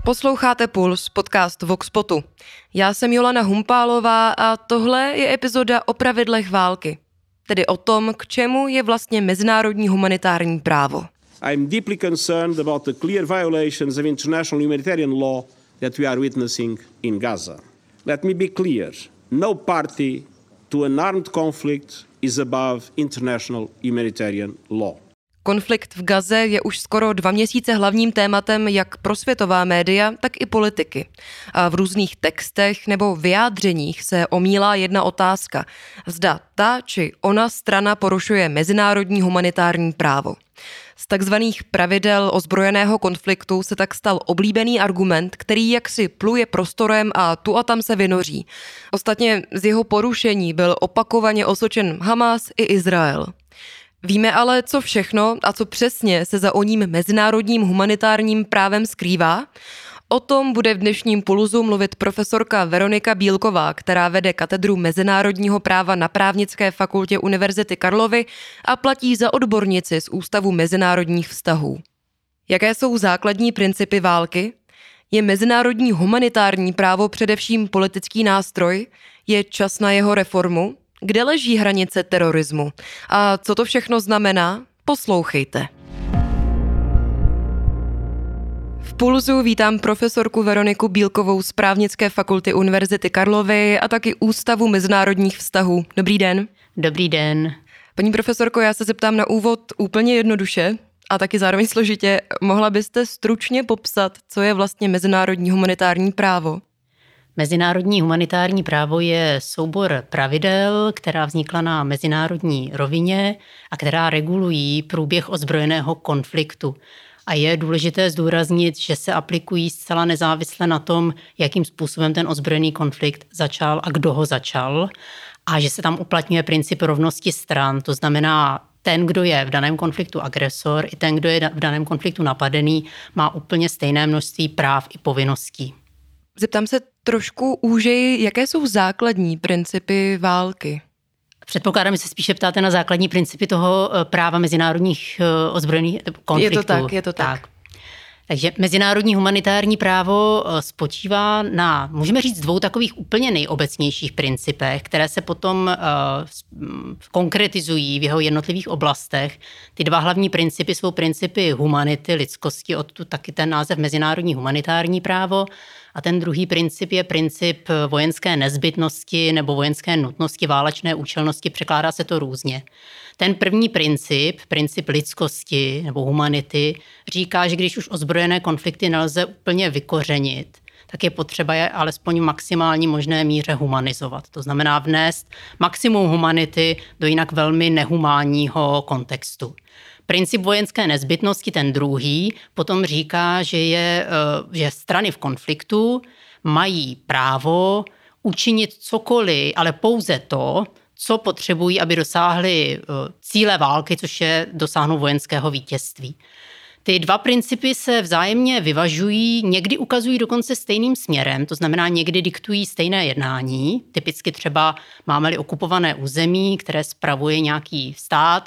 Posloucháte Puls, podcast Voxpotu. Já jsem Jolana Humpálová a tohle je epizoda o pravidlech války. Tedy o tom, k čemu je vlastně mezinárodní humanitární právo. I'm deeply concerned about the clear violations of international humanitarian law that we are witnessing in Gaza. Let me be clear. No party to an armed conflict is above international humanitarian law. Konflikt v Gaze je už skoro 2 měsíce hlavním tématem jak pro světová média, tak i politiky. A v různých textech nebo vyjádřeních se omílá jedna otázka. Zda ta či ona strana porušuje mezinárodní humanitární právo. Z takzvaných pravidel ozbrojeného konfliktu se tak stal oblíbený argument, který jaksi pluje prostorem a tu a tam se vynoří. Ostatně z jeho porušení byl opakovaně osočen Hamas i Izrael. Víme ale, co všechno a co přesně se za oním mezinárodním humanitárním právem skrývá? O tom bude v dnešním Pulzu mluvit profesorka Veronika Bílková, která vede katedru mezinárodního práva na Právnické fakultě Univerzity Karlovy a platí za odbornici z Ústavu mezinárodních vztahů. Jaké jsou základní principy války? Je mezinárodní humanitární právo především politický nástroj? Je čas na jeho reformu? Kde leží hranice terorismu? A co to všechno znamená? Poslouchejte. V Pulzu vítám profesorku Veroniku Bílkovou z Právnické fakulty Univerzity Karlovy a taky Ústavu mezinárodních vztahů. Dobrý den. Dobrý den. Paní profesorko, já se zeptám na úvod úplně jednoduše a taky zároveň složitě. Mohla byste stručně popsat, co je vlastně mezinárodní humanitární právo? Mezinárodní humanitární právo je soubor pravidel, která vznikla na mezinárodní rovině a která regulují průběh ozbrojeného konfliktu. A je důležité zdůraznit, že se aplikují zcela nezávisle na tom, jakým způsobem ten ozbrojený konflikt začal a kdo ho začal. A že se tam uplatňuje princip rovnosti stran, to znamená, ten, kdo je v daném konfliktu agresor, i ten, kdo je v daném konfliktu napadený, má úplně stejné množství práv i povinností. Zeptám se trošku úžeji, jaké jsou základní principy války? Předpokládám, že se spíše ptáte na základní principy toho práva mezinárodních ozbrojených konfliktů. Je to tak. Takže mezinárodní humanitární právo spočívá na, můžeme říct, 2 takových úplně nejobecnějších principech, které se potom konkretizují v jeho jednotlivých oblastech. Ty 2 hlavní principy jsou principy humanity, lidskosti, odtud taky ten název mezinárodní humanitární právo. A ten druhý princip je princip vojenské nezbytnosti nebo vojenské nutnosti, válečné účelnosti, překládá se to různě. Ten první princip lidskosti nebo humanity, říká, že když už ozbrojené konflikty nelze úplně vykořenit, tak je potřeba je alespoň v maximální možné míře humanizovat. To znamená vnést maximum humanity do jinak velmi nehumánního kontextu. Princip vojenské nezbytnosti, ten druhý, potom říká, že strany v konfliktu mají právo učinit cokoliv, ale pouze to, co potřebují, aby dosáhli cíle války, což je dosáhnout vojenského vítězství. Ty 2 principy se vzájemně vyvažují, někdy ukazují dokonce stejným směrem, to znamená někdy diktují stejné jednání. Typicky třeba máme-li okupované území, které spravuje nějaký stát,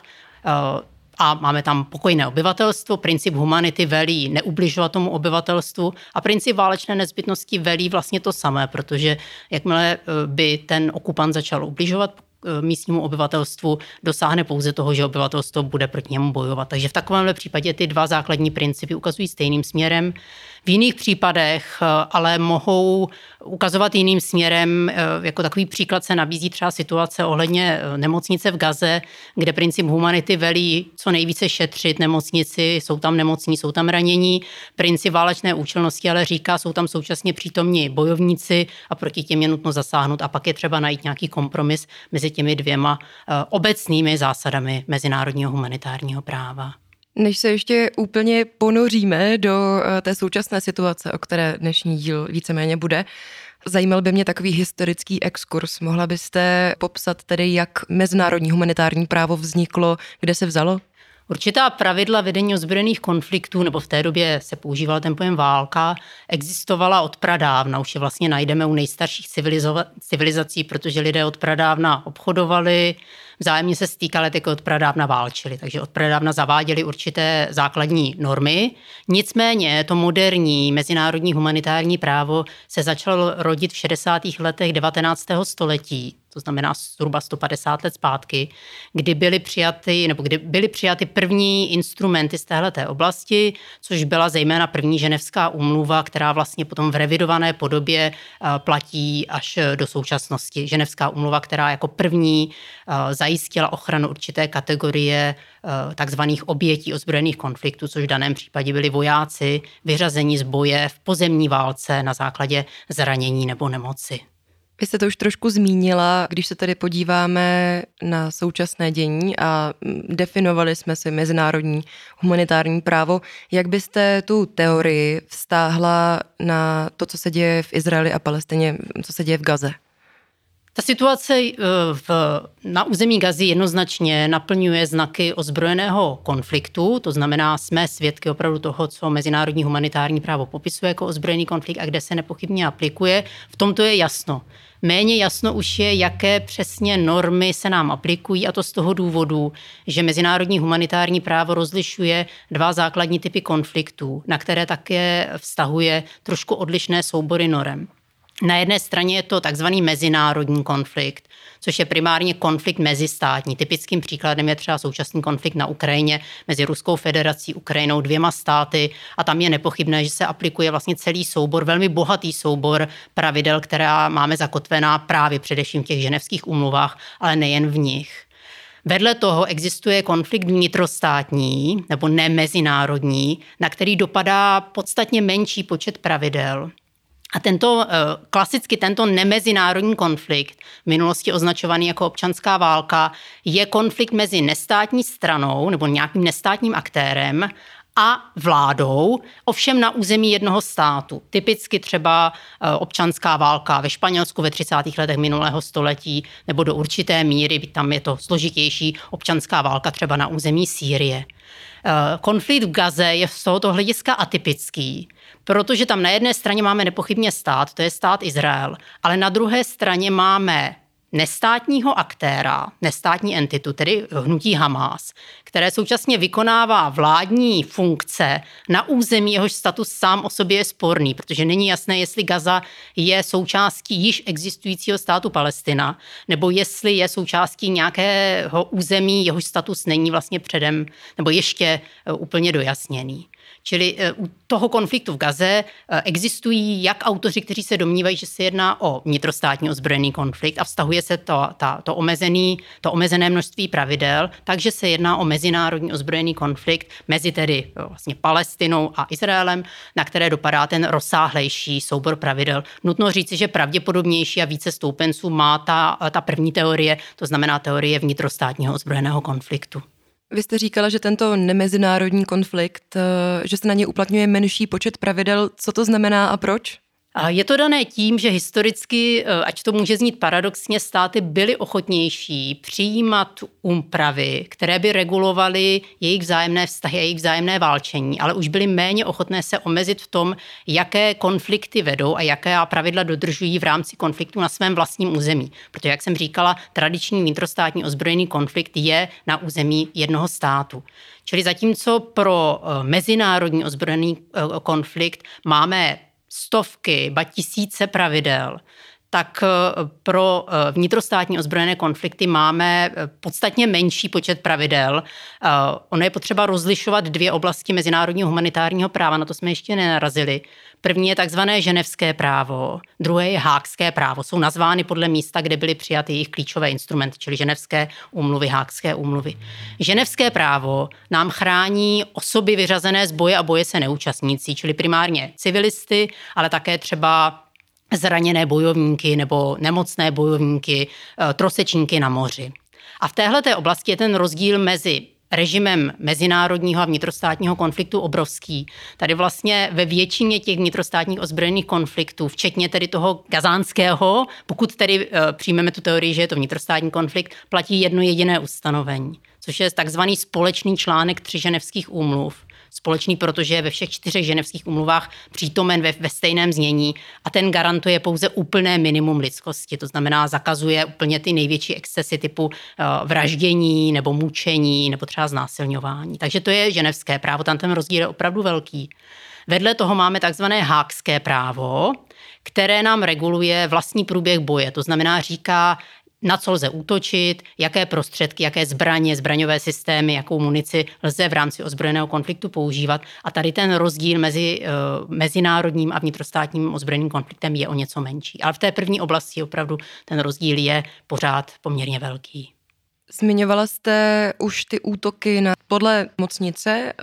a máme tam pokojné obyvatelstvo, princip humanity velí neubližovat tomu obyvatelstvu a princip válečné nezbytnosti velí vlastně to samé, protože jakmile by ten okupant začal ubližovat místnímu obyvatelstvu, dosáhne pouze toho, že obyvatelstvo bude proti němu bojovat. Takže v takovémhle případě ty 2 základní principy ukazují stejným směrem. V jiných případech ale mohou ukazovat jiným směrem. Jako takový příklad se nabízí třeba situace ohledně nemocnice v Gaze, kde princip humanity velí co nejvíce šetřit nemocnici, jsou tam nemocní, jsou tam ranění. Princip válečné účelnosti ale říká, jsou tam současně přítomní bojovníci a proti těm je nutno zasáhnout a pak je třeba najít nějaký kompromis mezi těmi 2 obecnými zásadami mezinárodního humanitárního práva. Než se ještě úplně ponoříme do té současné situace, o které dnešní díl víceméně bude, zajímal by mě takový historický exkurs. Mohla byste popsat tedy, jak mezinárodní humanitární právo vzniklo, kde se vzalo? Určitá pravidla vedení ozbrojených konfliktů, nebo v té době se používal ten pojem válka, existovala od pradávna. Už je vlastně najdeme u nejstarších civilizací, protože lidé od pradávna obchodovali, vzájemně se stýkali, tak od pradávna válčili. Takže od pradávna zaváděli určité základní normy. Nicméně to moderní mezinárodní humanitární právo se začalo rodit v 60. letech 19. století. To znamená zhruba 150 let zpátky, kdy byly přijaty první instrumenty z téhleté oblasti, což byla zejména první ženevská úmluva, která vlastně potom v revidované podobě platí až do současnosti. Ženevská úmluva, která jako první zajistila ochranu určité kategorie takzvaných obětí ozbrojených konfliktů, což v daném případě byli vojáci vyřazení z boje v pozemní válce na základě zranění nebo nemoci. Vy jste to už trošku zmínila, když se tedy podíváme na současné dění a definovali jsme si mezinárodní humanitární právo. Jak byste tu teorii vztáhla na to, co se děje v Izraeli a Palestině, co se děje v Gaze? Ta situace na území Gazy jednoznačně naplňuje znaky ozbrojeného konfliktu, to znamená, jsme svědky opravdu toho, co mezinárodní humanitární právo popisuje jako ozbrojený konflikt a kde se nepochybně aplikuje. V tomto je jasno. Méně jasno už je, jaké přesně normy se nám aplikují, a to z toho důvodu, že mezinárodní humanitární právo rozlišuje dva základní typy konfliktů, na které také vztahuje trošku odlišné soubory norem. Na jedné straně je to takzvaný mezinárodní konflikt, což je primárně konflikt mezistátní. Typickým příkladem je třeba současný konflikt na Ukrajině mezi Ruskou federací, Ukrajinou, dvěma státy, a tam je nepochybné, že se aplikuje vlastně celý soubor, velmi bohatý soubor pravidel, která máme zakotvená právě především v těch ženevských úmluvách, ale nejen v nich. Vedle toho existuje konflikt vnitrostátní nebo nemezinárodní, na který dopadá podstatně menší počet pravidel. A klasicky tento nemezinárodní konflikt, v minulosti označovaný jako občanská válka, je konflikt mezi nestátní stranou nebo nějakým nestátním aktérem a vládou, ovšem na území jednoho státu. Typicky třeba občanská válka ve Španělsku ve 30. letech minulého století, nebo do určité míry, tam je to složitější, občanská válka třeba na území Sýrie. Konflikt v Gaze je z tohoto hlediska atypický, protože tam na jedné straně máme nepochybně stát, to je stát Izrael, ale na druhé straně máme nestátního aktéra, nestátní entitu, tedy hnutí Hamás, které současně vykonává vládní funkce na území, jehož status sám o sobě je sporný, protože není jasné, jestli Gaza je součástí již existujícího státu Palestina, nebo jestli je součástí nějakého území, jehož status není vlastně předem nebo ještě úplně dojasněný. Čili u toho konfliktu v Gaze existují jak autoři, kteří se domnívají, že se jedná o vnitrostátní ozbrojený konflikt a vztahuje se to omezené množství pravidel, takže se jedná o mezinárodní ozbrojený konflikt mezi tedy vlastně Palestinou a Izraelem, na které dopadá ten rozsáhlejší soubor pravidel. Nutno říci, že pravděpodobnější a více stoupenců má ta první teorie, to znamená teorie vnitrostátního ozbrojeného konfliktu. Vy jste říkala, že tento nemezinárodní konflikt, že se na ně uplatňuje menší počet pravidel. Co to znamená a proč? Je to dané tím, že historicky, ať to může znít paradoxně, státy byly ochotnější přijímat úpravy, které by regulovaly jejich vzájemné vztahy a jejich vzájemné válčení, ale už byly méně ochotné se omezit v tom, jaké konflikty vedou a jaké pravidla dodržují v rámci konfliktu na svém vlastním území. Protože, jak jsem říkala, tradiční vnitrostátní ozbrojený konflikt je na území jednoho státu. Čili zatímco pro mezinárodní ozbrojený konflikt máme stovky, ba tisíce pravidel, tak pro vnitrostátní ozbrojené konflikty máme podstatně menší počet pravidel. Ono je potřeba rozlišovat dvě oblasti mezinárodního humanitárního práva, na to jsme ještě nenarazili. První je takzvané ženevské právo, druhé je hákské právo. Jsou nazvány podle místa, kde byly přijaty jejich klíčové instrumenty, čili ženevské úmluvy, hákské úmluvy. Ženevské právo nám chrání osoby vyřazené z boje a boje se neúčastnící, čili primárně civilisty, ale také třeba zraněné bojovníky nebo nemocné bojovníky, trosečníky na moři. A v téhleté oblasti je ten rozdíl mezi režimem mezinárodního a vnitrostátního konfliktu obrovský. Tady vlastně ve většině těch vnitrostátních ozbrojených konfliktů, včetně tedy toho gazánského, pokud tedy přijmeme tu teorii, že je to vnitrostátní konflikt, platí jedno jediné ustanovení, což je takzvaný společný článek 3 ženevských úmluv. Společný, protože je ve všech 4 ženevských úmluvách přítomen ve stejném znění a ten garantuje pouze úplné minimum lidskosti. To znamená, zakazuje úplně ty největší excesy typu vraždění nebo mučení nebo třeba znásilňování. Takže to je ženevské právo, tam ten rozdíl je opravdu velký. Vedle toho máme takzvané haagské právo, které nám reguluje vlastní průběh boje. To znamená, říká, na co lze útočit, jaké prostředky, jaké zbraně, zbraňové systémy, jakou munici lze v rámci ozbrojeného konfliktu používat. A tady ten rozdíl mezi mezinárodním a vnitrostátním ozbrojeným konfliktem je o něco menší. Ale v té první oblasti opravdu ten rozdíl je pořád poměrně velký. Zmiňovala jste už ty útoky podle nemocnice.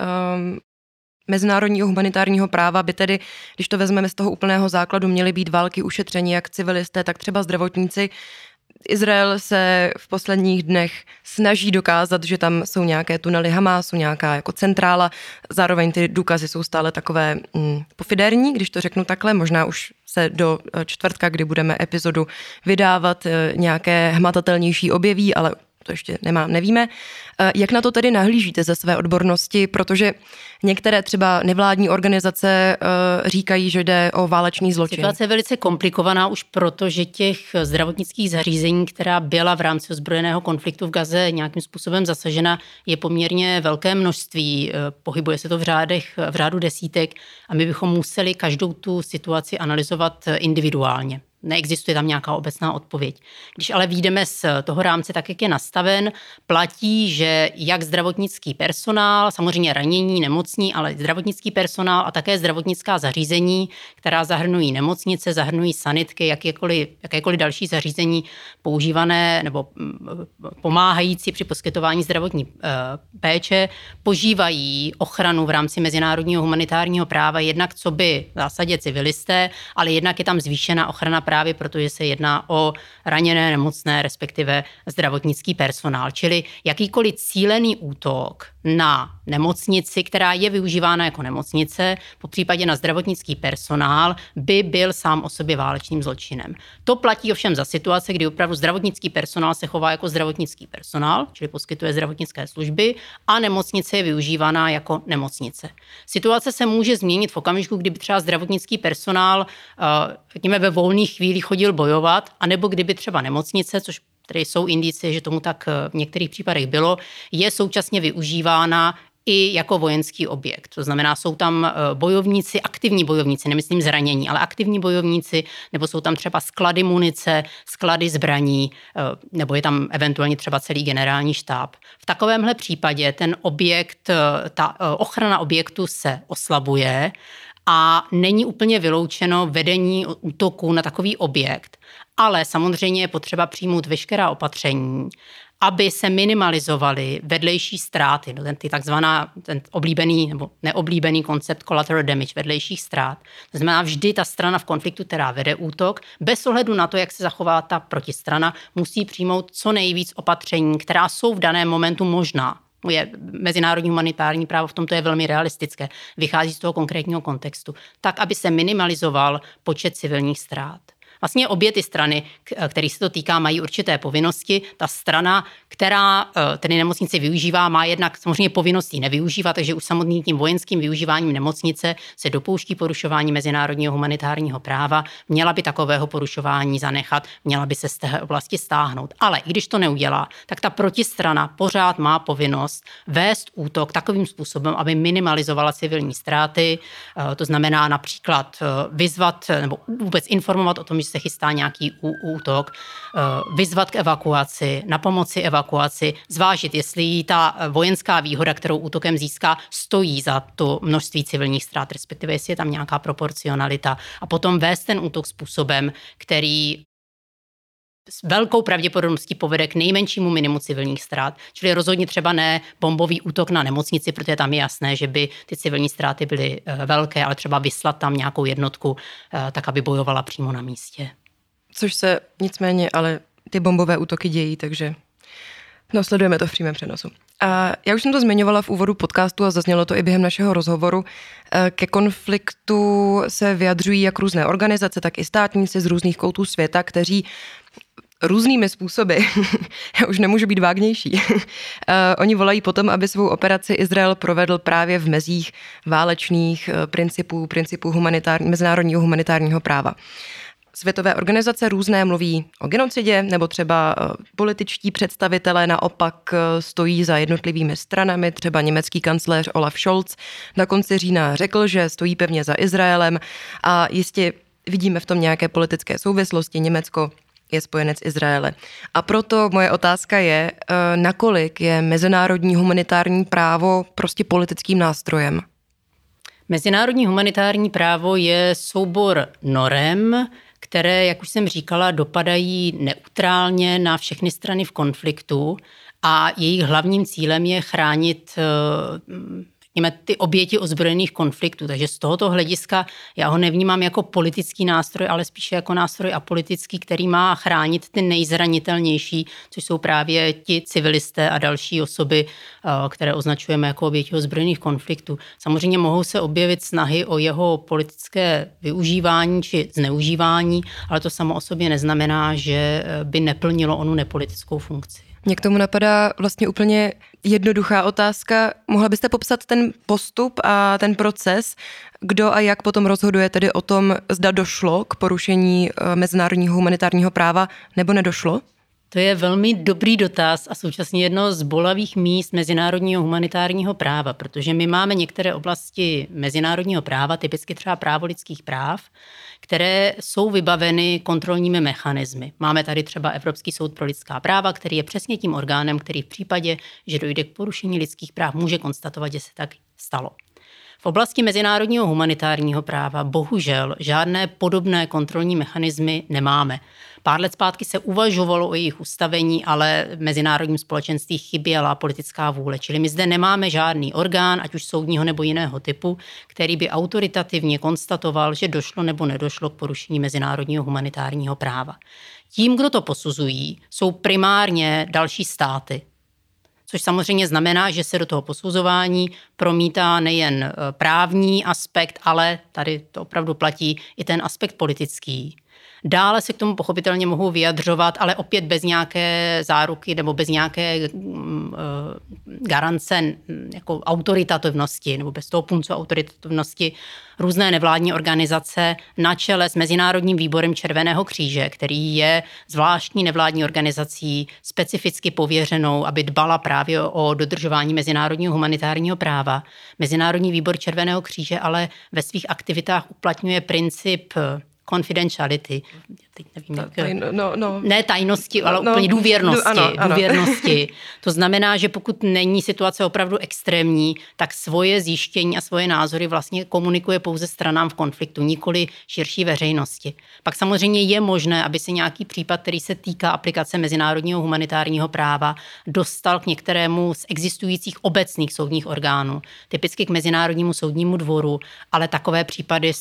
Mezinárodního humanitárního práva by tedy, když to vezmeme z toho úplného základu, měly být války ušetření jak civilisté, tak třeba zdravotníci. Izrael se v posledních dnech snaží dokázat, že tam jsou nějaké tunely Hamásu, nějaká jako centrála, zároveň ty důkazy jsou stále takové pofidérní, když to řeknu takhle, možná už se do čtvrtka, kdy budeme epizodu vydávat, nějaké hmatatelnější objeví, ale to ještě nevíme. Jak na to tedy nahlížíte ze své odbornosti, protože některé třeba nevládní organizace říkají, že jde o válečný zločin. Situace je velice komplikovaná už proto, že těch zdravotnických zařízení, která byla v rámci ozbrojeného konfliktu v Gaze nějakým způsobem zasažena, je poměrně velké množství. Pohybuje se to v řádu desítek a my bychom museli každou tu situaci analyzovat individuálně. Neexistuje tam nějaká obecná odpověď. Když ale vyjdeme z toho rámce tak, jak je nastaven, platí, že jak zdravotnický personál, samozřejmě ranění, nemocní, ale zdravotnický personál a také zdravotnická zařízení, která zahrnují nemocnice, zahrnují sanitky, jakékoliv další zařízení používané nebo pomáhající při poskytování zdravotní péče, požívají ochranu v rámci mezinárodního humanitárního práva, jednak co by v zásadě civilisté, ale jednak je tam zvýšená ochrana právě protože se jedná o raněné, nemocné, respektive zdravotnický personál. Čili jakýkoliv cílený útok na nemocnici, která je využívána jako nemocnice, popřípadě na zdravotnický personál, by byl sám o sobě válečným zločinem. To platí ovšem za situace, kdy opravdu zdravotnický personál se chová jako zdravotnický personál, čili poskytuje zdravotnické služby, a nemocnice je využívána jako nemocnice. Situace se může změnit v okamžiku, kdyby třeba zdravotnický personál, řekněme, ve volných chvílích chodil bojovat, anebo kdyby třeba nemocnice, což tady jsou indicie, že tomu tak v některých případech bylo, je současně využívána i jako vojenský objekt. To znamená, jsou tam bojovníci, aktivní bojovníci, nemyslím zranění, ale aktivní bojovníci, nebo jsou tam třeba sklady munice, sklady zbraní, nebo je tam eventuálně třeba celý generální štáb. V takovémhle případě ten objekt, ta ochrana objektu se oslabuje a není úplně vyloučeno vedení útoku na takový objekt. Ale samozřejmě je potřeba přijmout veškerá opatření, aby se minimalizovaly vedlejší ztráty, ten oblíbený nebo neoblíbený koncept collateral damage, vedlejších ztrát. To znamená, vždy ta strana v konfliktu, která vede útok, bez ohledu na to, jak se zachová ta protistrana, musí přijmout co nejvíc opatření, která jsou v daném momentu možná. Mezinárodní humanitární právo v tomto je velmi realistické. Vychází z toho konkrétního kontextu. Tak, aby se minimalizoval počet civilních ztrát. Vlastně obě ty strany, kterých se to týká, mají určité povinnosti. Ta strana, která tedy nemocnici využívá, má jednak samozřejmě povinnosti nevyužívat, takže už samotným tím vojenským využíváním nemocnice se dopouští porušování mezinárodního humanitárního práva. Měla by takového porušování zanechat, měla by se z té oblasti stáhnout. Ale i když to neudělá, tak ta protistrana pořád má povinnost vést útok takovým způsobem, aby minimalizovala civilní ztráty. To znamená například vyzvat nebo vůbec informovat o tom, že se chystá nějaký útok, vyzvat k evakuaci, na pomoci evakuaci, zvážit, jestli jí ta vojenská výhoda, kterou útokem získá, stojí za to množství civilních ztrát, respektive jestli je tam nějaká proporcionalita, a potom vést ten útok způsobem, který s velkou pravděpodobností povede k nejmenšímu minimu civilních ztrát. Čili rozhodně třeba ne bombový útok na nemocnici, protože tam je jasné, že by ty civilní ztráty byly velké, ale třeba vyslat tam nějakou jednotku, tak aby bojovala přímo na místě. Což se nicméně, ale ty bombové útoky dějí, takže sledujeme to v přímém přenosu. A já už jsem to zmiňovala v úvodu podcastu a zaznělo to i během našeho rozhovoru. Ke konfliktu se vyjadřují jak různé organizace, tak i státníci z různých koutů světa, kteří různými způsoby. Já už nemůžu být vágnější. Oni volají potom, aby svou operaci Izrael provedl právě v mezích válečných principů mezinárodního humanitárního práva. Světové organizace různé mluví o genocidě, nebo třeba političtí představitelé naopak stojí za jednotlivými stranami, třeba německý kancléř Olaf Scholz na konci října řekl, že stojí pevně za Izraelem a jistě vidíme v tom nějaké politické souvislosti. Německo je spojenec Izraele. A proto moje otázka je, nakolik je mezinárodní humanitární právo prostě politickým nástrojem? Mezinárodní humanitární právo je soubor norem, které, jak už jsem říkala, dopadají neutrálně na všechny strany v konfliktu a jejich hlavním cílem je chránit ty oběti ozbrojených konfliktů. Takže z tohoto hlediska já ho nevnímám jako politický nástroj, ale spíše jako nástroj apolitický, který má chránit ty nejzranitelnější, což jsou právě ti civilisté a další osoby, které označujeme jako oběti ozbrojených konfliktů. Samozřejmě mohou se objevit snahy o jeho politické využívání či zneužívání, ale to samo o sobě neznamená, že by neplnilo onu nepolitickou funkci. Mně k tomu napadá vlastně úplně jednoduchá otázka. Mohla byste popsat ten postup a ten proces, kdo a jak potom rozhoduje tedy o tom, zda došlo k porušení mezinárodního humanitárního práva nebo nedošlo? To je velmi dobrý dotaz a současně jedno z bolavých míst mezinárodního humanitárního práva, protože my máme některé oblasti mezinárodního práva, typicky třeba právo lidských práv, které jsou vybaveny kontrolními mechanismy. Máme tady třeba Evropský soud pro lidská práva, který je přesně tím orgánem, který v případě, že dojde k porušení lidských práv, může konstatovat, že se tak stalo. V oblasti mezinárodního humanitárního práva bohužel žádné podobné kontrolní mechanismy nemáme. Pár let zpátky se uvažovalo o jejich ustavení, ale v mezinárodním společenství chyběla politická vůle. Čili my zde nemáme žádný orgán, ať už soudního nebo jiného typu, který by autoritativně konstatoval, že došlo nebo nedošlo k porušení mezinárodního humanitárního práva. Tím, kdo to posuzují, jsou primárně další státy. Což samozřejmě znamená, že se do toho posuzování promítá nejen právní aspekt, ale tady to opravdu platí i ten aspekt politický. Dále se k tomu pochopitelně mohou vyjadřovat, ale opět bez nějaké záruky nebo bez nějaké garance jako autoritativnosti nebo bez toho puncu autoritativnosti různé nevládní organizace na čele s Mezinárodním výborem Červeného kříže, který je zvláštní nevládní organizací specificky pověřenou, aby dbala právě o dodržování mezinárodního humanitárního práva. Mezinárodní výbor Červeného kříže ale ve svých aktivitách uplatňuje princip confidentiality, teď nevím, ne tajnosti, ale úplně důvěrnosti. Důvěrnosti. To znamená, že pokud není situace opravdu extrémní, tak svoje zjištění a svoje názory vlastně komunikuje pouze stranám v konfliktu, nikoli širší veřejnosti. Pak samozřejmě je možné, aby se nějaký případ, který se týká aplikace mezinárodního humanitárního práva, dostal k některému z existujících obecných soudních orgánů, typicky k Mezinárodnímu soudnímu dvoru, ale takové případy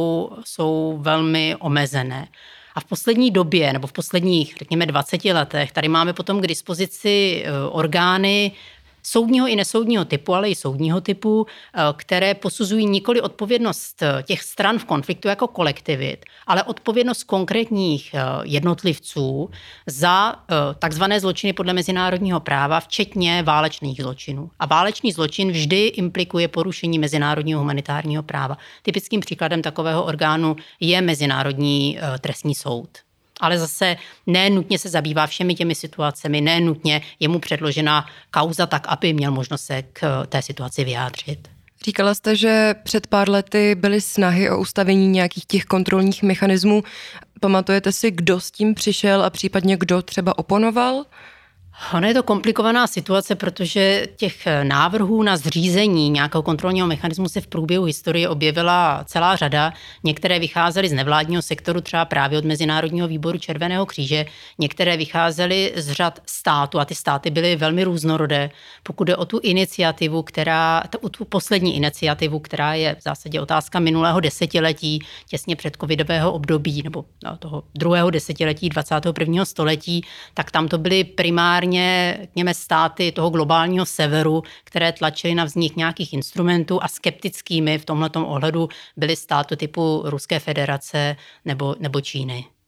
jsou velmi omezené. A v poslední době, nebo v posledních, řekněme, 20 letech, tady máme potom k dispozici orgány soudního i nesoudního typu, ale i soudního typu, které posuzují nikoli odpovědnost těch stran v konfliktu jako kolektivit, ale odpovědnost konkrétních jednotlivců za takzvané zločiny podle mezinárodního práva, včetně válečných zločinů. A válečný zločin vždy implikuje porušení mezinárodního humanitárního práva. Typickým příkladem takového orgánu je Mezinárodní trestní soud. Ale zase nenutně se zabývá všemi těmi situacemi, nenutně je mu předložena kauza tak, aby měl možnost se k té situaci vyjádřit. Říkala jste, že před pár lety byly snahy o ustavení nějakých těch kontrolních mechanismů. Pamatujete si, kdo s tím přišel a případně kdo třeba oponoval? Ono je to komplikovaná situace, protože těch návrhů na zřízení nějakého kontrolního mechanismu se v průběhu historie objevila celá řada. Některé vycházely z nevládního sektoru, třeba právě od Mezinárodního výboru Červeného kříže. Některé vycházely z řad států a ty státy byly velmi různorodé. Pokud jde o tu iniciativu, tu poslední iniciativu, která je v zásadě otázka minulého desetiletí, těsně před covidového období, nebo toho druhého desetiletí 21. století, tak tam to byly primárně státy toho globálního severu, které tlačily na vznik nějakých instrumentů a skeptickými v tomhletom ohledu byly státy typu Ruské federace nebo Číny.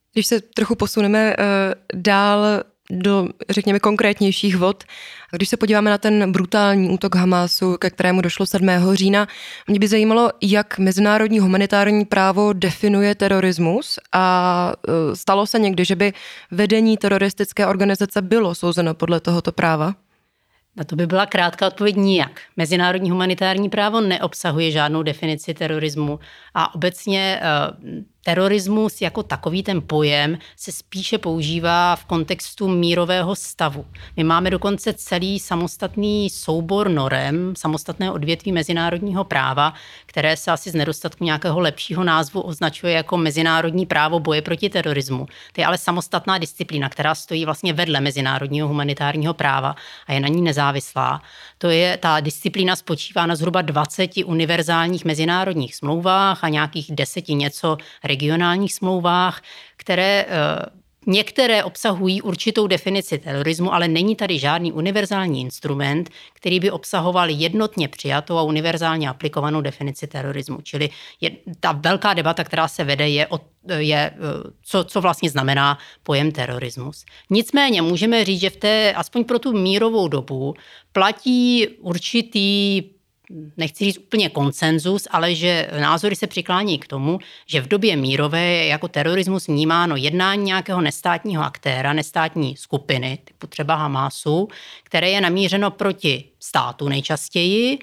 Když se trochu posuneme dál do, řekněme, konkrétnějších vod, když se podíváme na ten brutální útok Hamásu, ke kterému došlo 7. října, mě by zajímalo, jak mezinárodní humanitární právo definuje terorismus a stalo se někdy, že by vedení teroristické organizace bylo souzeno podle tohoto práva? Na to by byla krátká odpověď nijak. Mezinárodní humanitární právo neobsahuje žádnou definici terorismu a obecně terorismus jako takový ten pojem se spíše používá v kontextu mírového stavu. My máme dokonce celý samostatný soubor norem, samostatné odvětví mezinárodního práva, které se asi z nedostatku nějakého lepšího názvu označuje jako mezinárodní právo boje proti terorismu. To je ale samostatná disciplína, která stojí vlastně vedle mezinárodního humanitárního práva a je na ní nezávislá. Ta disciplína spočívá na zhruba 20 univerzálních mezinárodních smlouvách a nějakých 10 něco regionálních smlouvách, které některé obsahují určitou definici terorismu, ale není tady žádný univerzální instrument, který by obsahoval jednotně přijatou a univerzálně aplikovanou definici terorismu. Čili ta velká debata, která se vede, je co vlastně znamená pojem terorismus. Nicméně můžeme říct, že aspoň pro tu mírovou dobu platí určitý, nechci říct úplně konsenzus, ale že názory se přiklání k tomu, že v době mírové je jako terorismus vnímáno jednání nějakého nestátního aktéra, nestátní skupiny, typu třeba Hamásu, které je namířeno proti státu nejčastěji,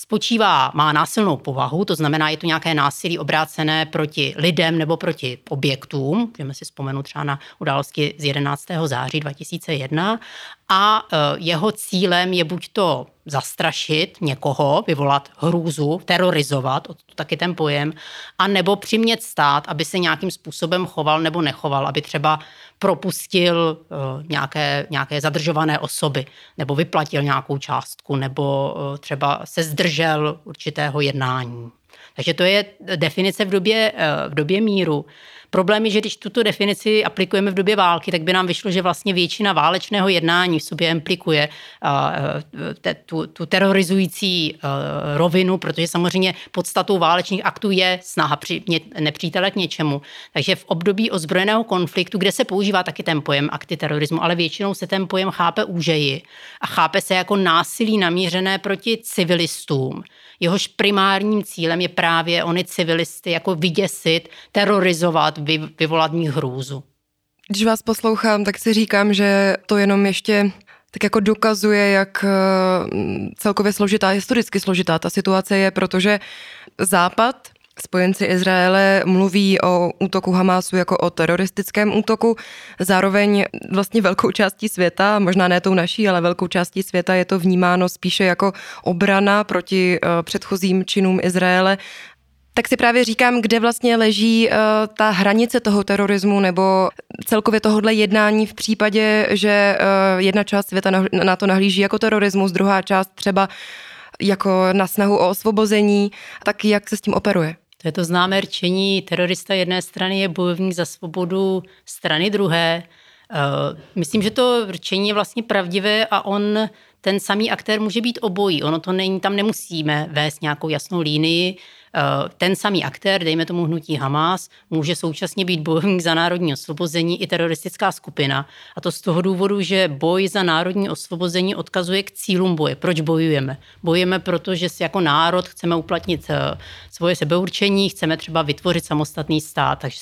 má násilnou povahu, to znamená, je to nějaké násilí obrácené proti lidem nebo proti objektům, můžeme si vzpomenout třeba na události z 11. září 2001 a jeho cílem je buď to zastrašit někoho, vyvolat hrůzu, terorizovat, to taky ten pojem, a nebo přimět stát, aby se nějakým způsobem choval nebo nechoval, aby třeba propustil nějaké zadržované osoby, nebo vyplatil nějakou částku, nebo třeba se zdržel určitého jednání. Takže to je definice v době míru. Problém je, že když tuto definici aplikujeme v době války, tak by nám vyšlo, že vlastně většina válečného jednání v sobě implikuje tu terorizující rovinu, protože samozřejmě podstatou válečných aktů je snaha nepřítele k něčemu. Takže v období ozbrojeného konfliktu, kde se používá taky ten pojem akty terorismu, ale většinou se ten pojem chápe úžeji a chápe se jako násilí namířené proti civilistům. Jehož primárním cílem je právě ony civilisty jako vyděsit, terorizovat, vyvolat v nich hrůzu. Když vás poslouchám, tak si říkám, že to jenom ještě tak jako dokazuje, jak celkově historicky složitá ta situace je, protože Západ, spojenci Izraele, mluví o útoku Hamásu jako o teroristickém útoku. Zároveň vlastně velkou částí světa, možná ne tou naší, ale velkou částí světa je to vnímáno spíše jako obrana proti předchozím činům Izraele. Tak si právě říkám, kde vlastně leží ta hranice toho terorismu nebo celkově tohohle jednání v případě, že jedna část světa na to nahlíží jako terorismus, druhá část třeba jako na snahu o osvobození, tak jak se s tím operuje? To je to známé rčení, terorista jedné strany je bojovník za svobodu strany druhé. Myslím, že to rčení je vlastně pravdivé a ten samý aktér může být obojí. Tam nemusíme vést nějakou jasnou linii. Ten samý aktér, dejme tomu hnutí Hamás, může současně být bojovník za národní osvobození i teroristická skupina. A to z toho důvodu, že boj za národní osvobození odkazuje k cílům boje. Proč bojujeme? Bojujeme proto, že si jako národ chceme uplatnit svoje sebeurčení, chceme třeba vytvořit samostatný stát. Takže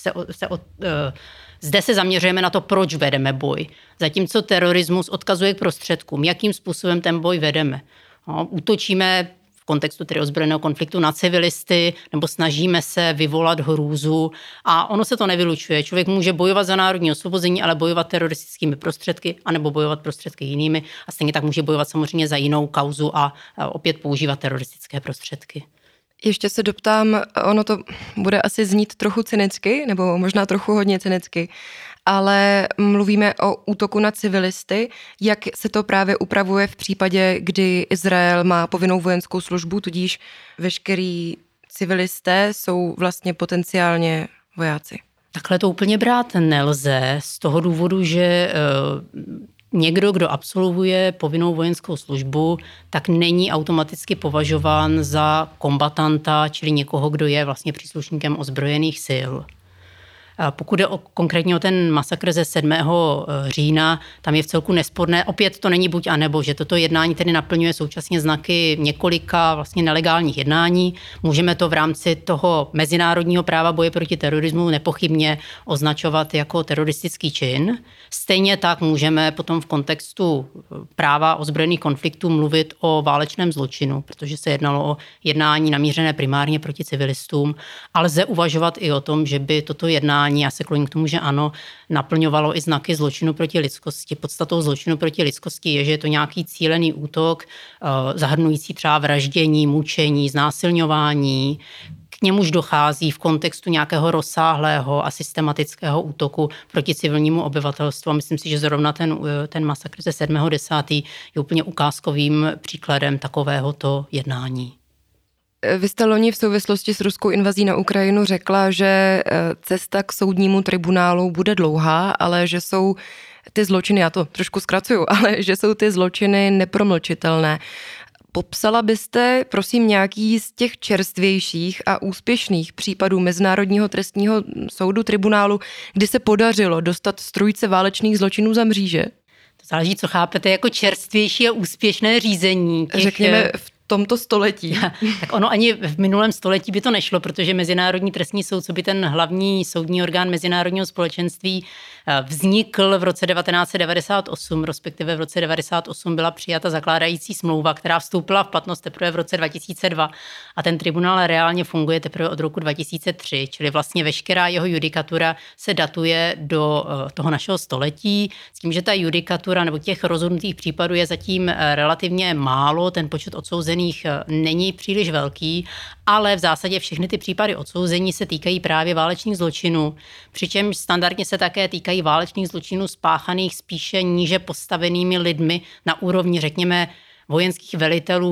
zde se zaměřujeme na to, proč vedeme boj. Zatímco terorismus odkazuje k prostředkům, jakým způsobem ten boj vedeme. Útočíme v kontextu tedy ozbrojeného konfliktu na civilisty nebo snažíme se vyvolat hrůzu a ono se to nevylučuje. Člověk může bojovat za národní osvobození, ale bojovat teroristickými prostředky anebo bojovat prostředky jinými a stejně tak může bojovat samozřejmě za jinou kauzu a opět používat teroristické prostředky. Ještě se doptám, ono to bude asi znít trochu cynicky, nebo možná trochu hodně cynicky, ale mluvíme o útoku na civilisty. Jak se to právě upravuje v případě, kdy Izrael má povinnou vojenskou službu, tudíž veškerý civilisté jsou vlastně potenciálně vojáci? Takhle to úplně brát nelze z toho důvodu, že někdo, kdo absolvuje povinnou vojenskou službu, tak není automaticky považován za kombatanta, čili někoho, kdo je vlastně příslušníkem ozbrojených sil. Pokud je konkrétně o ten masakr ze 7. října, tam je v celku nesporné, opět to není buď a nebo, že toto jednání tedy naplňuje současně znaky několika vlastně nelegálních jednání. Můžeme to v rámci toho mezinárodního práva boje proti terorismu nepochybně označovat jako teroristický čin. Stejně tak můžeme potom v kontextu práva ozbrojených konfliktů mluvit o válečném zločinu, protože se jednalo o jednání namířené primárně proti civilistům, ale lze uvažovat i o tom, že by toto jednání, já se kloním k tomu, že ano, naplňovalo i znaky zločinu proti lidskosti. Podstatou zločinu proti lidskosti je, že je to nějaký cílený útok, zahrnující třeba vraždění, mučení, znásilňování. K němuž dochází v kontextu nějakého rozsáhlého a systematického útoku proti civilnímu obyvatelstvu. Myslím si, že zrovna ten masakr ze 7.10. je úplně ukázkovým příkladem takovéhoto jednání. Vy jste loni v souvislosti s ruskou invazí na Ukrajinu řekla, že cesta k soudnímu tribunálu bude dlouhá, ale že jsou ty zločiny, já to trošku zkracuju, ale že jsou ty zločiny nepromlčitelné. Popsala byste, prosím, nějaký z těch čerstvějších a úspěšných případů Mezinárodního trestního soudu tribunálu, kdy se podařilo dostat strůjce válečných zločinů za mříže? To záleží, co chápete jako čerstvější a úspěšné řízení. Řekněme v tomto století. Tak ono ani v minulém století by to nešlo, protože Mezinárodní trestní soud, co by ten hlavní soudní orgán mezinárodního společenství, vznikl v roce 1998, respektive v roce 1998 byla přijata zakládající smlouva, která vstoupila v platnost teprve v roce 2002 a ten tribunál reálně funguje teprve od roku 2003, čili vlastně veškerá jeho judikatura se datuje do toho našeho století, s tím, že ta judikatura nebo těch rozhodnutých případů je zatím relativně málo, ten počet odsouzených není příliš velký, ale v zásadě všechny ty případy odsouzení se týkají právě válečných zločinů, přičemž standardně se také týkají válečných zločinů spáchaných spíše níže postavenými lidmi na úrovni, řekněme, vojenských velitelů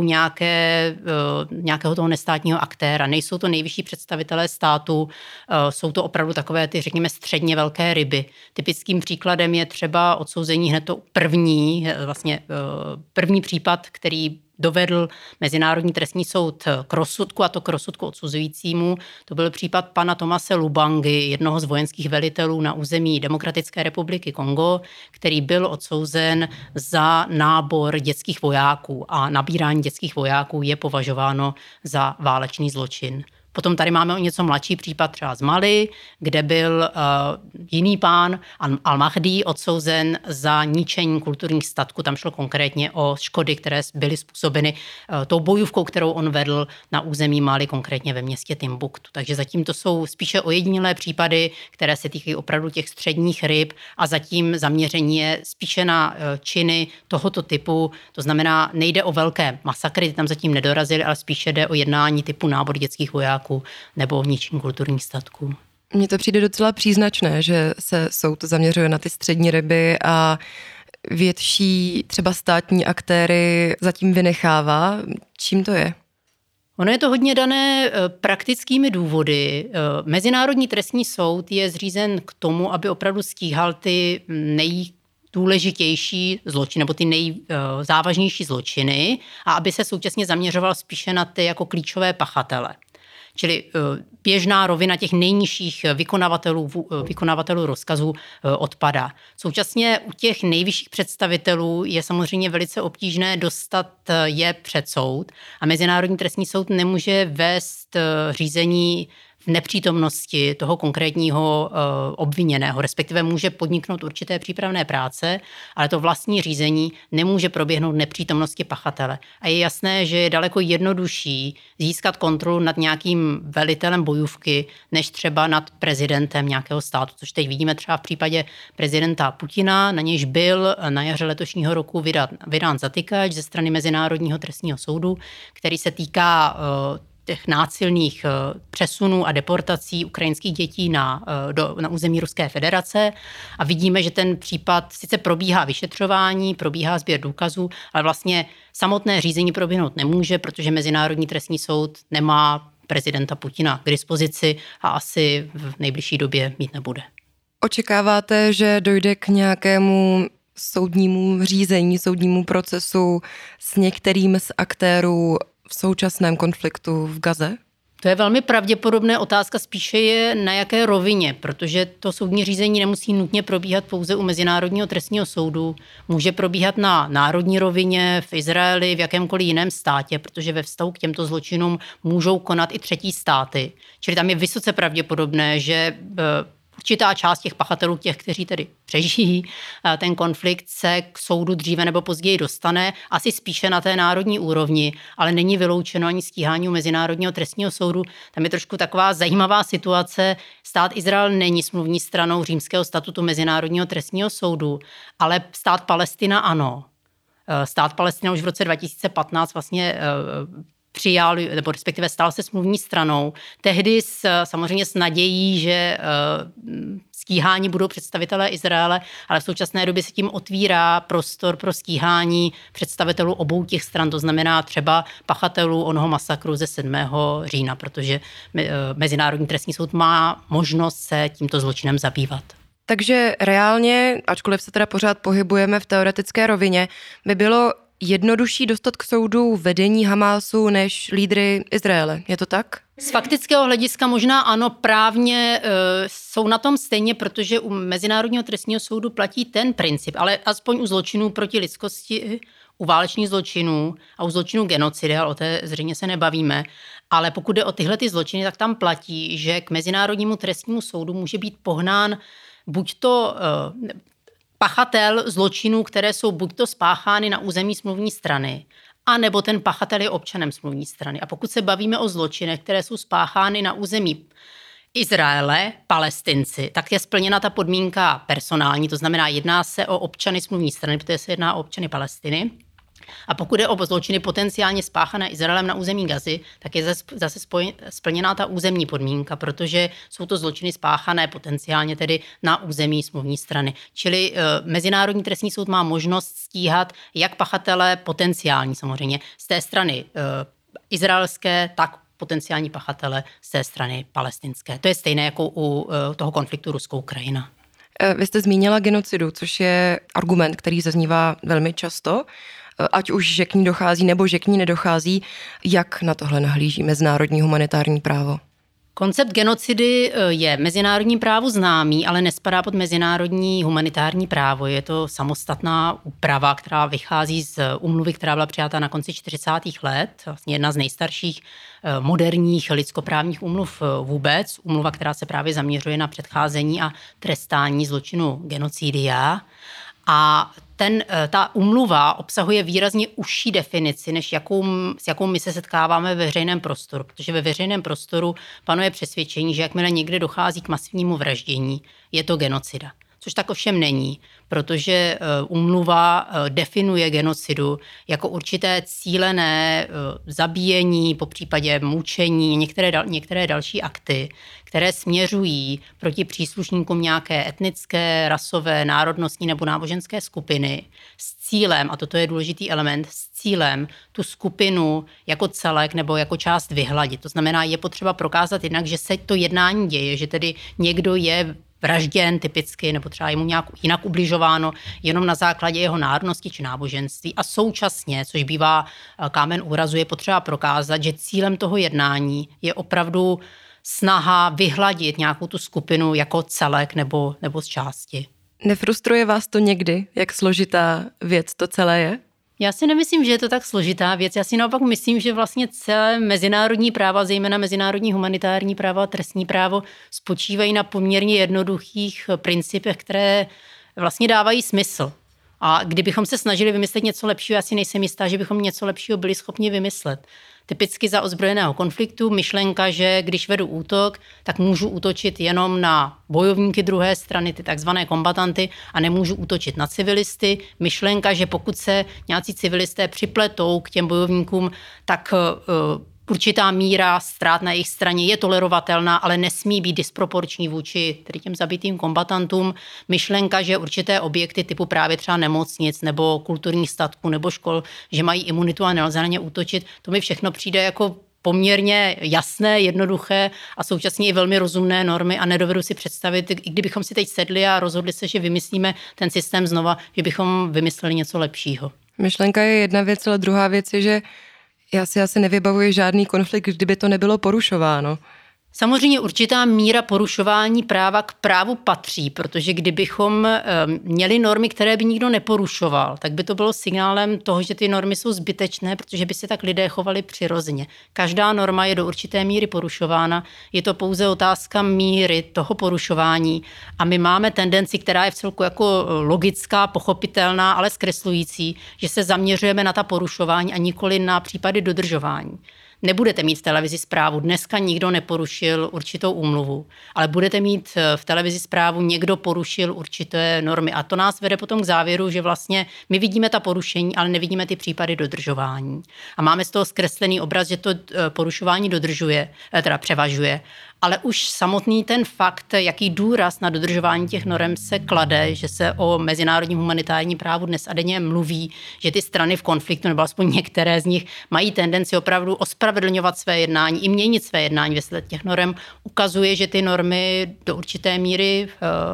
nějakého toho nestátního aktéra. Nejsou to nejvyšší představitelé státu, jsou to opravdu takové ty, řekněme, středně velké ryby. Typickým příkladem je třeba odsouzení hned to první případ, který dovedl Mezinárodní trestní soud k rozsudku, a to k rozsudku odsuzujícímu. To byl případ pana Tomase Lubangy, jednoho z vojenských velitelů na území Demokratické republiky Kongo, který byl odsouzen za nábor dětských vojáků a nabírání dětských vojáků je považováno za válečný zločin. Potom tady máme o něco mladší případ třeba z Mali, kde byl jiný pán Al-Mahdi odsouzen za ničení kulturních statků. Tam šlo konkrétně o škody, které byly způsobeny tou bojůvkou, kterou on vedl na území Mali, konkrétně ve městě Timbuktu. Takže zatím to jsou spíše ojedinělé případy, které se týkají opravdu těch středních ryb a zatím zaměření je spíše na činy tohoto typu. To znamená, nejde o velké masakry, tam zatím nedorazily, ale spíše jde o jednání typu nábor dětských vojáků nebo ničení kulturních statků. Mně to přijde docela příznačné, že se soud zaměřuje na ty střední ryby a větší třeba státní aktéry zatím vynechává. Čím to je? Ono je to hodně dané praktickými důvody. Mezinárodní trestní soud je zřízen k tomu, aby opravdu stíhal ty důležitější zločiny nebo ty nejzávažnější zločiny a aby se současně zaměřoval spíše na ty jako klíčové pachatele. Čili běžná rovina těch nejnižších vykonavatelů rozkazů odpadá. Současně u těch nejvyšších představitelů je samozřejmě velice obtížné dostat je před soud a Mezinárodní trestní soud nemůže vést řízení v nepřítomnosti toho konkrétního obviněného, respektive může podniknout určité přípravné práce, ale to vlastní řízení nemůže proběhnout v nepřítomnosti pachatele. A je jasné, že je daleko jednodušší získat kontrolu nad nějakým velitelem bojůvky, než třeba nad prezidentem nějakého státu, což teď vidíme třeba v případě prezidenta Putina, na nějž byl na jaře letošního roku vydán zatykač ze strany Mezinárodního trestního soudu, který se týká těch násilných přesunů a deportací ukrajinských dětí na území Ruské federace a vidíme, že ten případ sice probíhá vyšetřování, probíhá sběr důkazů, ale vlastně samotné řízení proběhnout nemůže, protože Mezinárodní trestní soud nemá prezidenta Putina k dispozici a asi v nejbližší době mít nebude. Očekáváte, že dojde k nějakému soudnímu řízení, soudnímu procesu s některým z aktérů v současném konfliktu v Gaze? To je velmi pravděpodobné, otázka spíše je na jaké rovině, protože to soudní řízení nemusí nutně probíhat pouze u Mezinárodního trestního soudu, může probíhat na národní rovině, v Izraeli, v jakémkoliv jiném státě, protože ve vztahu k těmto zločinům můžou konat i třetí státy. Čili tam je vysoce pravděpodobné, že určitá část těch pachatelů, těch, kteří tedy přežijí ten konflikt, se k soudu dříve nebo později dostane, asi spíše na té národní úrovni, ale není vyloučeno ani stíhání u Mezinárodního trestního soudu. Tam je trošku taková zajímavá situace. Stát Izrael není smluvní stranou Římského statutu Mezinárodního trestního soudu, ale stát Palestina ano. Stát Palestina už v roce 2015 vlastně přijal, nebo respektive stal se smluvní stranou. Tehdy samozřejmě s nadějí, že stíhání budou představitelé Izraele, ale v současné době se tím otvírá prostor pro stíhání představitelů obou těch stran, to znamená třeba pachatelů onoho masakru ze 7. října, protože Mezinárodní trestní soud má možnost se tímto zločinem zabývat. Takže reálně, ačkoliv se teda pořád pohybujeme v teoretické rovině, by bylo jednodušší dostat k soudu vedení Hamásu než lídry Izraele. Je to tak? Z faktického hlediska možná ano, právně jsou na tom stejně, protože u Mezinárodního trestního soudu platí ten princip, ale aspoň u zločinů proti lidskosti, u válečných zločinů a u zločinů genocidy, ale o té zřejmě se nebavíme, ale pokud jde o tyhle ty zločiny, tak tam platí, že k Mezinárodnímu trestnímu soudu může být pohnán buď to pachatel zločinů, které jsou buď to spáchány na území smluvní strany, a nebo ten pachatel je občanem smluvní strany. A pokud se bavíme o zločinech, které jsou spáchány na území Izraele, Palestinci, tak je splněna ta podmínka personální, to znamená, jedná se o občany smluvní strany, protože se jedná o občany Palestiny. A pokud je o zločiny potenciálně spáchané Izraelem na území Gazy, tak je zase splněná ta územní podmínka, protože jsou to zločiny spáchané potenciálně tedy na území smluvní strany. Čili Mezinárodní trestní soud má možnost stíhat jak pachatele potenciální samozřejmě z té strany izraelské, tak potenciální pachatele z té strany palestinské. To je stejné jako u toho konfliktu Rusko-Ukrajina. Vy jste zmínila genocidu, což je argument, který zaznívá velmi často, ať už že k ní dochází nebo že k ní nedochází. Jak na tohle nahlíží mezinárodní humanitární právo? Koncept genocidy je mezinárodním právu známý, ale nespadá pod mezinárodní humanitární právo. Je to samostatná úprava, která vychází z úmluvy, která byla přijata na konci 40. let. Vlastně jedna z nejstarších moderních lidskoprávních úmluv vůbec. Úmluva, která se právě zaměřuje na předcházení a trestání zločinu genocidia. A ta úmluva obsahuje výrazně užší definici, než s jakou my se setkáváme ve veřejném prostoru, protože ve veřejném prostoru panuje přesvědčení, že jakmile někde dochází k masivnímu vraždění, je to genocida. Což tak ovšem není, protože úmluva definuje genocidu jako určité cílené zabíjení, popřípadě mučení, některé další akty, které směřují proti příslušníkům nějaké etnické, rasové, národnostní nebo náboženské skupiny s cílem, a toto je důležitý element, s cílem tu skupinu jako celek nebo jako část vyhladit. To znamená, je potřeba prokázat jednak, že se to jednání děje, že tedy někdo je vražděn typicky, nebo třeba je mu nějak jinak ubližováno jenom na základě jeho národnosti či náboženství. A současně, což bývá kámen úrazu, je potřeba prokázat, že cílem toho jednání je opravdu snaha vyhladit nějakou tu skupinu jako celek nebo z části. Nefrustruje vás to někdy, jak složitá věc to celé je? Já si nemyslím, že je to tak složitá věc. Já si naopak myslím, že vlastně celé mezinárodní práva, zejména mezinárodní humanitární právo a trestní právo, spočívají na poměrně jednoduchých principech, které vlastně dávají smysl. A kdybychom se snažili vymyslet něco lepšího, já si nejsem jistá, že bychom něco lepšího byli schopni vymyslet. Typicky za ozbrojeného konfliktu myšlenka, že když vedu útok, tak můžu útočit jenom na bojovníky druhé strany, ty takzvané kombatanty, a nemůžu útočit na civilisty. Myšlenka, že pokud se nějací civilisté připletou k těm bojovníkům, tak určitá míra ztrát na jejich straně je tolerovatelná, ale nesmí být disproporční vůči tedy těm zabitým kombatantům. Myšlenka, že určité objekty typu právě třeba nemocnic nebo kulturních statků nebo škol, že mají imunitu a nelze na ně útočit, to mi všechno přijde jako poměrně jasné, jednoduché a současně i velmi rozumné normy a nedovedu si představit, i kdybychom si teď sedli a rozhodli se, že vymyslíme ten systém znova, že bychom vymysleli něco lepšího. Myšlenka je jedna věc, ale druhá věc je, že Já si asi nevybavuji žádný konflikt, kdyby to nebylo porušováno. Samozřejmě určitá míra porušování práva k právu patří, protože kdybychom měli normy, které by nikdo neporušoval, tak by to bylo signálem toho, že ty normy jsou zbytečné, protože by se tak lidé chovali přirozeně. Každá norma je do určité míry porušována, je to pouze otázka míry toho porušování a my máme tendenci, která je vcelku jako logická, pochopitelná, ale zkreslující, že se zaměřujeme na ta porušování a nikoli na případy dodržování. Nebudete mít v televizi zprávu, dneska nikdo neporušil určitou úmluvu, ale budete mít v televizi zprávu, někdo porušil určité normy. A to nás vede potom k závěru, že vlastně my vidíme ta porušení, ale nevidíme ty případy dodržování. A máme z toho zkreslený obraz, že to porušování převažuje. Ale už samotný ten fakt, jaký důraz na dodržování těch norem se klade, že se o mezinárodním humanitárním právu dnes a denně mluví, že ty strany v konfliktu, nebo aspoň některé z nich, mají tendenci opravdu ospravedlňovat své jednání i měnit své jednání ve světle těch norem, ukazuje, že ty normy do určité míry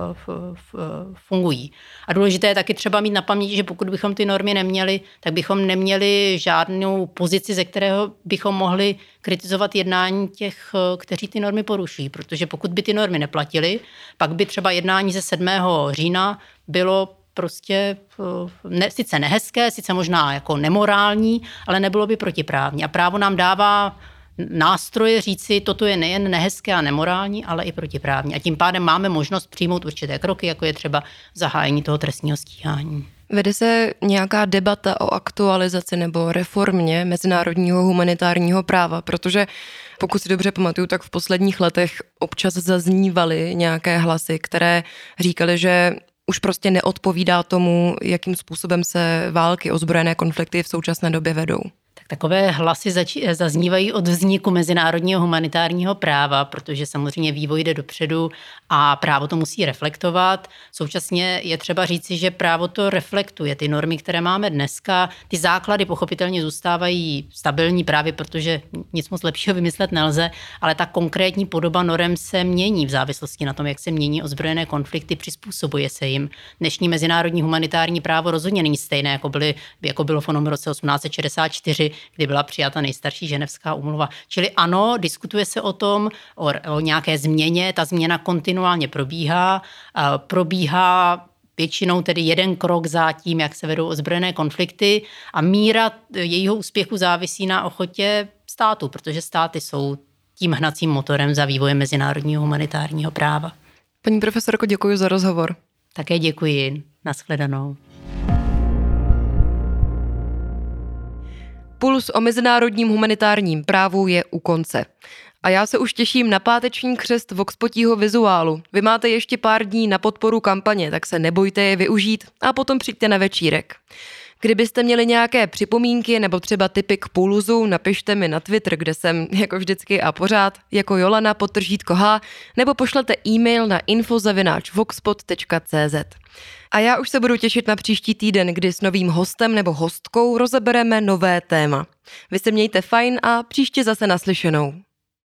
fungují. A důležité je taky třeba mít na paměti, že pokud bychom ty normy neměli, tak bychom neměli žádnou pozici, ze kterého bychom mohli kritizovat jednání těch, kteří ty normy poruší, protože pokud by ty normy neplatily, pak by třeba jednání ze 7. října bylo prostě sice nehezké, sice možná jako nemorální, ale nebylo by protiprávní. A právo nám dává nástroje říci, toto je nejen nehezké a nemorální, ale i protiprávní. A tím pádem máme možnost přijmout určité kroky, jako je třeba zahájení toho trestního stíhání. Vede se nějaká debata o aktualizaci nebo reformě mezinárodního humanitárního práva, protože pokud si dobře pamatuju, tak v posledních letech občas zaznívaly nějaké hlasy, které říkaly, že už prostě neodpovídá tomu, jakým způsobem se války, ozbrojené konflikty v současné době vedou. Takové hlasy zaznívají od vzniku mezinárodního humanitárního práva, protože samozřejmě vývoj jde dopředu a právo to musí reflektovat. Současně je třeba říci, že právo to reflektuje. Ty normy, které máme dneska, ty základy pochopitelně zůstávají stabilní právě, protože nic moc lepšího vymyslet nelze, ale ta konkrétní podoba norem se mění v závislosti na tom, jak se mění ozbrojené konflikty, přizpůsobuje se jim. Dnešní mezinárodní humanitární právo rozhodně není stejné, jako bylo v onom roce 1864, kdy byla přijata nejstarší ženevská úmluva. Čili ano, diskutuje se o tom, o nějaké změně, ta změna kontinuálně probíhá většinou tedy jeden krok za tím, jak se vedou ozbrojené konflikty a míra jejího úspěchu závisí na ochotě státu, protože státy jsou tím hnacím motorem za vývojem mezinárodního humanitárního práva. Paní profesorko, děkuji za rozhovor. Také děkuji. Nashledanou. Puls o mezinárodním humanitárním právu je u konce. A já se už těším na páteční křest Voxpotího vizuálu. Vy máte ještě pár dní na podporu kampaně, tak se nebojte je využít a potom přijďte na večírek. Kdybyste měli nějaké připomínky nebo třeba tipy k pulzu, napište mi na Twitter, kde jsem jako vždycky a pořád jako Jolana_H, nebo pošlete e-mail na info@voxpot.cz. A já už se budu těšit na příští týden, kdy s novým hostem nebo hostkou rozebereme nové téma. Vy se mějte fajn a příště zase naslyšenou.